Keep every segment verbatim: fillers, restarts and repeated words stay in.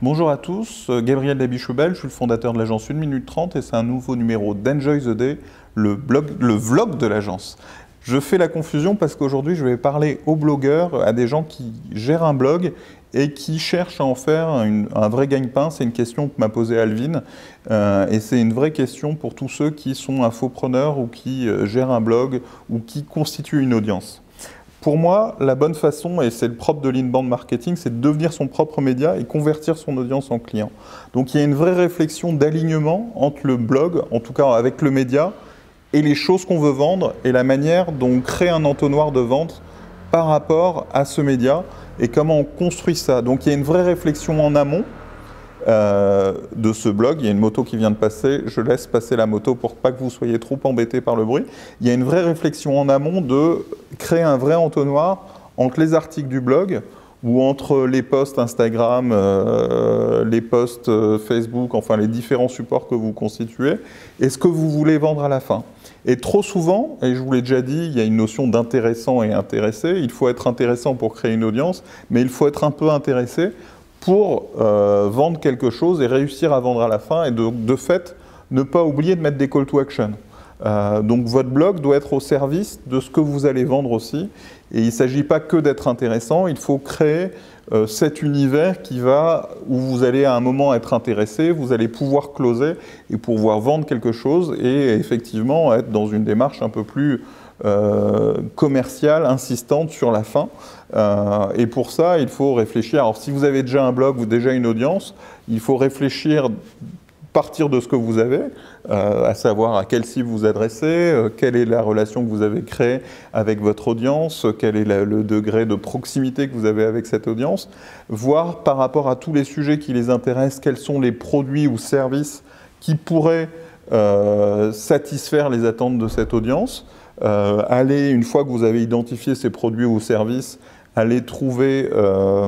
Bonjour à tous, Gabriel Dabichebel, je suis le fondateur de l'agence une minute trente et c'est un nouveau numéro d'Enjoy the Day, le, blog, le vlog de l'agence. Je fais la confusion parce qu'aujourd'hui je vais parler aux blogueurs, à des gens qui gèrent un blog et qui cherchent à en faire une, un vrai gagne-pain. C'est une question que m'a posée Alvin euh, et c'est une vraie question pour tous ceux qui sont infopreneurs ou qui euh, gèrent un blog ou qui constituent une audience. Pour moi, la bonne façon, et c'est le propre de l'inbound marketing, c'est de devenir son propre média et convertir son audience en client. Donc il y a une vraie réflexion d'alignement entre le blog, en tout cas avec le média, et les choses qu'on veut vendre et la manière dont on crée un entonnoir de vente par rapport à ce média et comment on construit ça. Donc il y a une vraie réflexion en amont euh, de ce blog. Il y a une moto qui vient de passer, je laisse passer la moto pour pas que vous soyez trop embêtés par le bruit. Il y a une vraie réflexion en amont de créer un vrai entonnoir entre les articles du blog ou entre les posts Instagram, euh, les posts euh, Facebook, enfin les différents supports que vous constituez, et ce que vous voulez vendre à la fin. Et trop souvent, et je vous l'ai déjà dit, il y a une notion d'intéressant et intéressé. Il faut être intéressant pour créer une audience, mais il faut être un peu intéressé pour euh, vendre quelque chose et réussir à vendre à la fin, et de, de fait, ne pas oublier de mettre des call to action. Euh, donc votre blog doit être au service de ce que vous allez vendre aussi. Et il ne s'agit pas que d'être intéressant, il faut créer euh, cet univers qui va, où vous allez à un moment être intéressé, vous allez pouvoir closer et pouvoir vendre quelque chose et effectivement être dans une démarche un peu plus euh, commerciale, insistante sur la fin. Euh, et pour ça, il faut réfléchir. Alors si vous avez déjà un blog ou déjà une audience, il faut réfléchir partir de ce que vous avez, euh, à savoir à quelle cible vous adressez, euh, quelle est la relation que vous avez créée avec votre audience, quel est la, le degré de proximité que vous avez avec cette audience, voir par rapport à tous les sujets qui les intéressent, quels sont les produits ou services qui pourraient euh, satisfaire les attentes de cette audience. Euh, aller, une fois que vous avez identifié ces produits ou services, aller trouver, euh,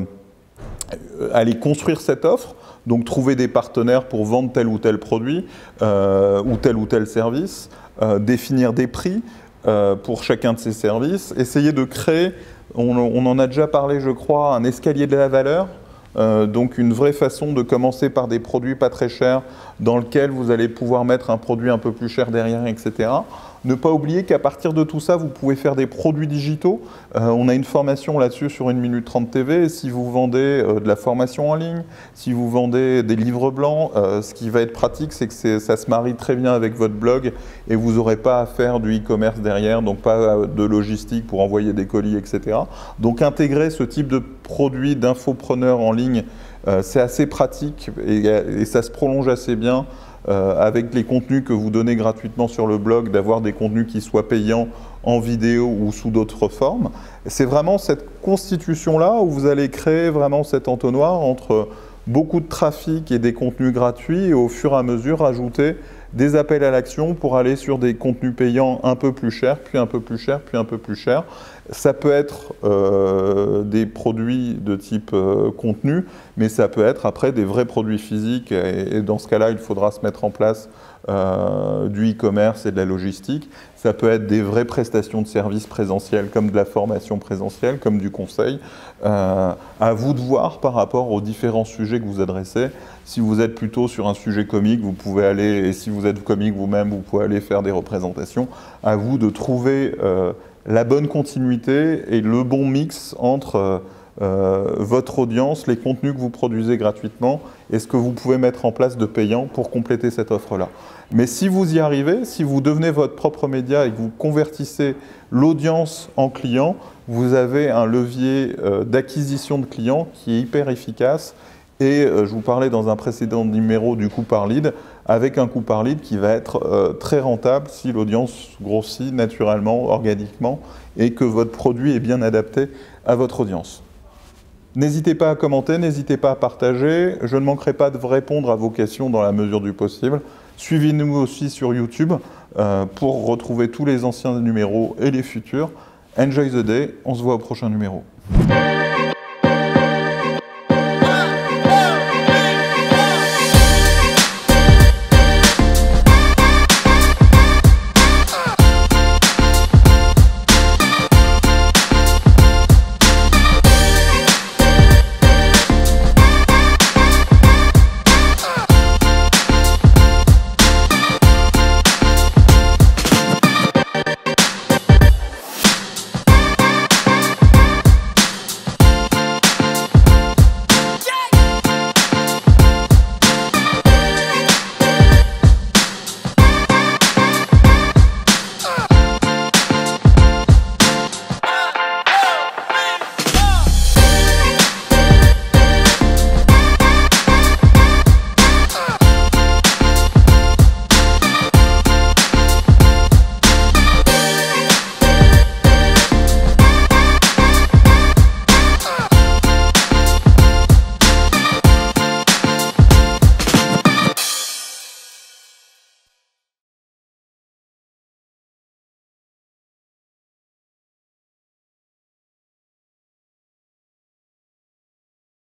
aller construire cette offre. Donc trouver des partenaires pour vendre tel ou tel produit euh, ou tel ou tel service, euh, définir des prix euh, pour chacun de ces services, essayer de créer, on, on en a déjà parlé je crois, un escalier de la valeur, euh, donc une vraie façon de commencer par des produits pas très chers dans lequel vous allez pouvoir mettre un produit un peu plus cher derrière, et cetera. Ne pas oublier qu'à partir de tout ça, vous pouvez faire des produits digitaux. Euh, on a une formation là-dessus sur une minute trente T V. Si vous vendez euh, de la formation en ligne, si vous vendez des livres blancs, euh, ce qui va être pratique, c'est que ça se marie très bien avec votre blog et vous n'aurez pas à faire du e-commerce derrière, donc pas de logistique pour envoyer des colis, et cetera. Donc intégrer ce type de produit d'infopreneur en ligne, euh, c'est assez pratique et, et ça se prolonge assez bien. Euh, avec les contenus que vous donnez gratuitement sur le blog, d'avoir des contenus qui soient payants en vidéo ou sous d'autres formes. C'est vraiment cette constitution-là où vous allez créer vraiment cet entonnoir entre beaucoup de trafic et des contenus gratuits et au fur et à mesure ajouter des appels à l'action pour aller sur des contenus payants un peu plus chers, puis un peu plus chers, puis un peu plus chers. Ça peut être euh, des produits de type euh, contenu, mais ça peut être après des vrais produits physiques et, et dans ce cas-là, il faudra se mettre en place euh, du e-commerce et de la logistique. Ça peut être des vraies prestations de services présentiels comme de la formation présentielle, comme du conseil. Euh, à vous de voir par rapport aux différents sujets que vous adressez. Si vous êtes plutôt sur un sujet comique, vous pouvez aller, et si vous êtes comique vous-même, vous pouvez aller faire des représentations. À vous de trouver euh, la bonne continuité et le bon mix entre euh, votre audience, les contenus que vous produisez gratuitement et ce que vous pouvez mettre en place de payant pour compléter cette offre-là. Mais si vous y arrivez, si vous devenez votre propre média et que vous convertissez l'audience en client, vous avez un levier euh, d'acquisition de clients qui est hyper efficace. Et euh, je vous parlais dans un précédent numéro du coût par lead, avec un coût par lead qui va être euh, très rentable si l'audience grossit naturellement, organiquement, et que votre produit est bien adapté à votre audience. N'hésitez pas à commenter, n'hésitez pas à partager. Je ne manquerai pas de vous répondre à vos questions dans la mesure du possible. Suivez-nous aussi sur YouTube euh, pour retrouver tous les anciens numéros et les futurs. Enjoy the day, on se voit au prochain numéro.